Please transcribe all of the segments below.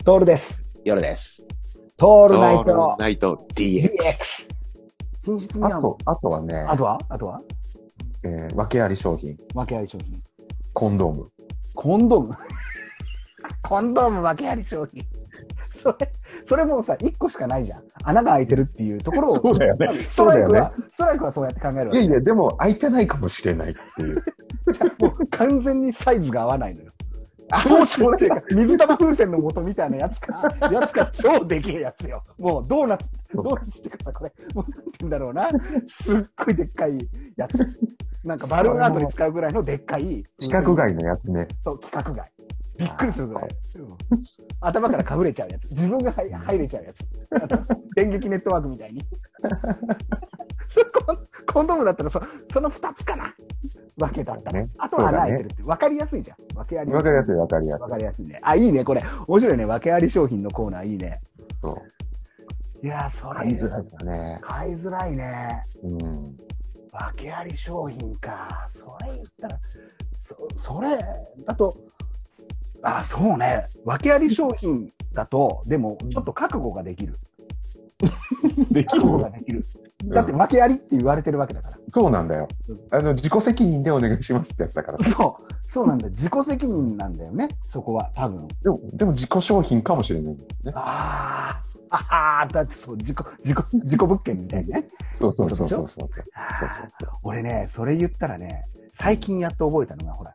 トールです。 夜です。 トールオナイトールナイト DX。 DX。品質にはあとはね、 あとは訳あり商品、 訳あり商品。 コンドーム。 コンドーム。コンドーム訳あり商品。それもうさ、1個しかないじゃん。穴が開いてるっていうところを。 そうだよね。 ストライクはそうやって考えるわけ。 いやいや、でも開いてないかもしれないっていう。 もう完全にサイズが合わないのよ。 そっていうか水玉風船の元みたいなやつか超でけえやつよ。もうドーナツっていうかさ、これもうなんて言うんだろうな、すっごいでっかいやつ、なんかバルーンアートに使うぐらいのでっかい規格外のやつね。 そう、規格外、びっくりするぐらい、頭からかぶれちゃうやつ、自分が入れちゃうやつ、電撃ネットワークみたいにコンドームだったらその2つかなわけだったら、ね、あとは穴開いてるって分かりやすいじゃん。分かりやすいね。あ、いいね、これ面白いね。訳あり商品のコーナーいいね。 そう。 いや、それ買いづらいだね。 買いづらいね。 うん。 訳あり商品か。それ言ったらそれだと、あ、そうね。訳あり商品だとでもちょっと覚悟ができる。 できる。 覚悟ができる。だって訳ありって言われてるわけだから。 そうなんだよ。自己責任でお願いしますってやつだから。 そうなんだ。自己責任なんだよね。そこは多分。 でも自己商品かもしれない、ね。 だってそう自己物件みたいなね。そう。俺ね、それ言ったらね、最近やっと覚えたのが、ほら、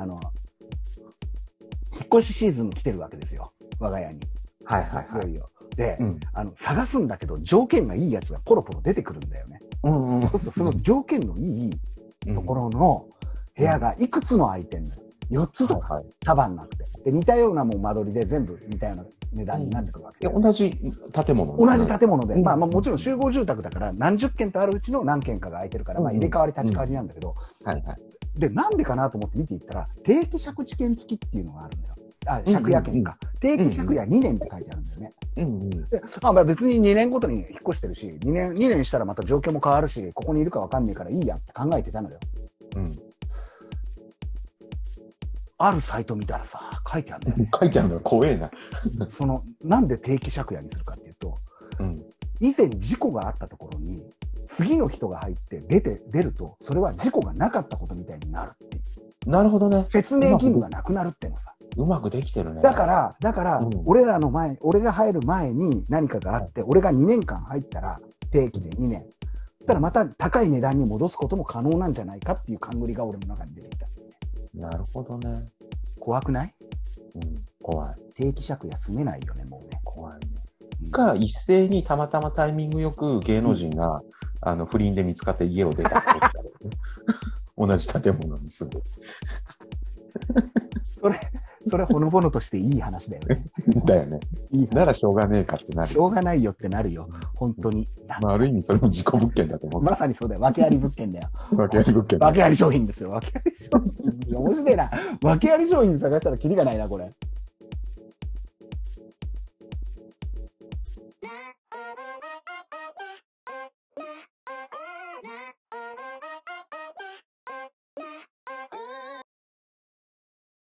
引っ越しシーズン来てるわけですよ。我が家に。 はいはいはい。 で、探すんだけど条件がいいやつがポロポロ出てくるんだよね。そうするとその条件のいいところの部屋がいくつも空いてんのよ。4つとか束になって。で、似たようなもう間取りで全部似たような値段になってくるわけ。 同じ建物で、まあもちろん集合住宅だから何十軒とあるうちの何軒かが空いてるから、まあ入れ替わり立ち替わりなんだけど、で、なんでかなと思って見ていったら、定期借地権付きっていうのがあるんだよ。借家権か。定期借家2年って書いてあるんだよね。で、まあ別に2年ごとに引っ越してるし、2年したらまた状況も変わるし、ここにいるか分かんねえからいいやって考えてたのよ。あるサイト見たらさ、書いてあるんだよね。 書いてあるの怖えな。 なんで定期借家にするかっていうと、以前事故があったところに、次の人が入って出ると、それは事故がなかったことみたいになるっていう。 なるほどね。 説明義務がなくなるってのさ。 うまくできてるね。 だから、俺が入る前に何かがあって、俺が2年間入ったら、定期で2年。ただまた高い値段に戻すことも可能なんじゃないかっていう勘繰りが俺の中に出てきた。 なるほどね。 怖くない？ 怖い。 定期借家住めないよね、もうね。 怖いね。が、一斉にたまたまタイミングよく芸能人が、不倫で見つかって家を出たって同じ建物に住んで。 それほのぼのとしていい話だよね。 だよね。ならしょうがねえかってなる。 しょうがないよってなるよ。本当に。 ある意味それも自己物件だと思う。 まさにそうだよ。訳あり物件だよ。 訳あり物件。 訳あり商品ですよ。訳あり商品。面白いな。訳あり商品探したらキリがないな、これ。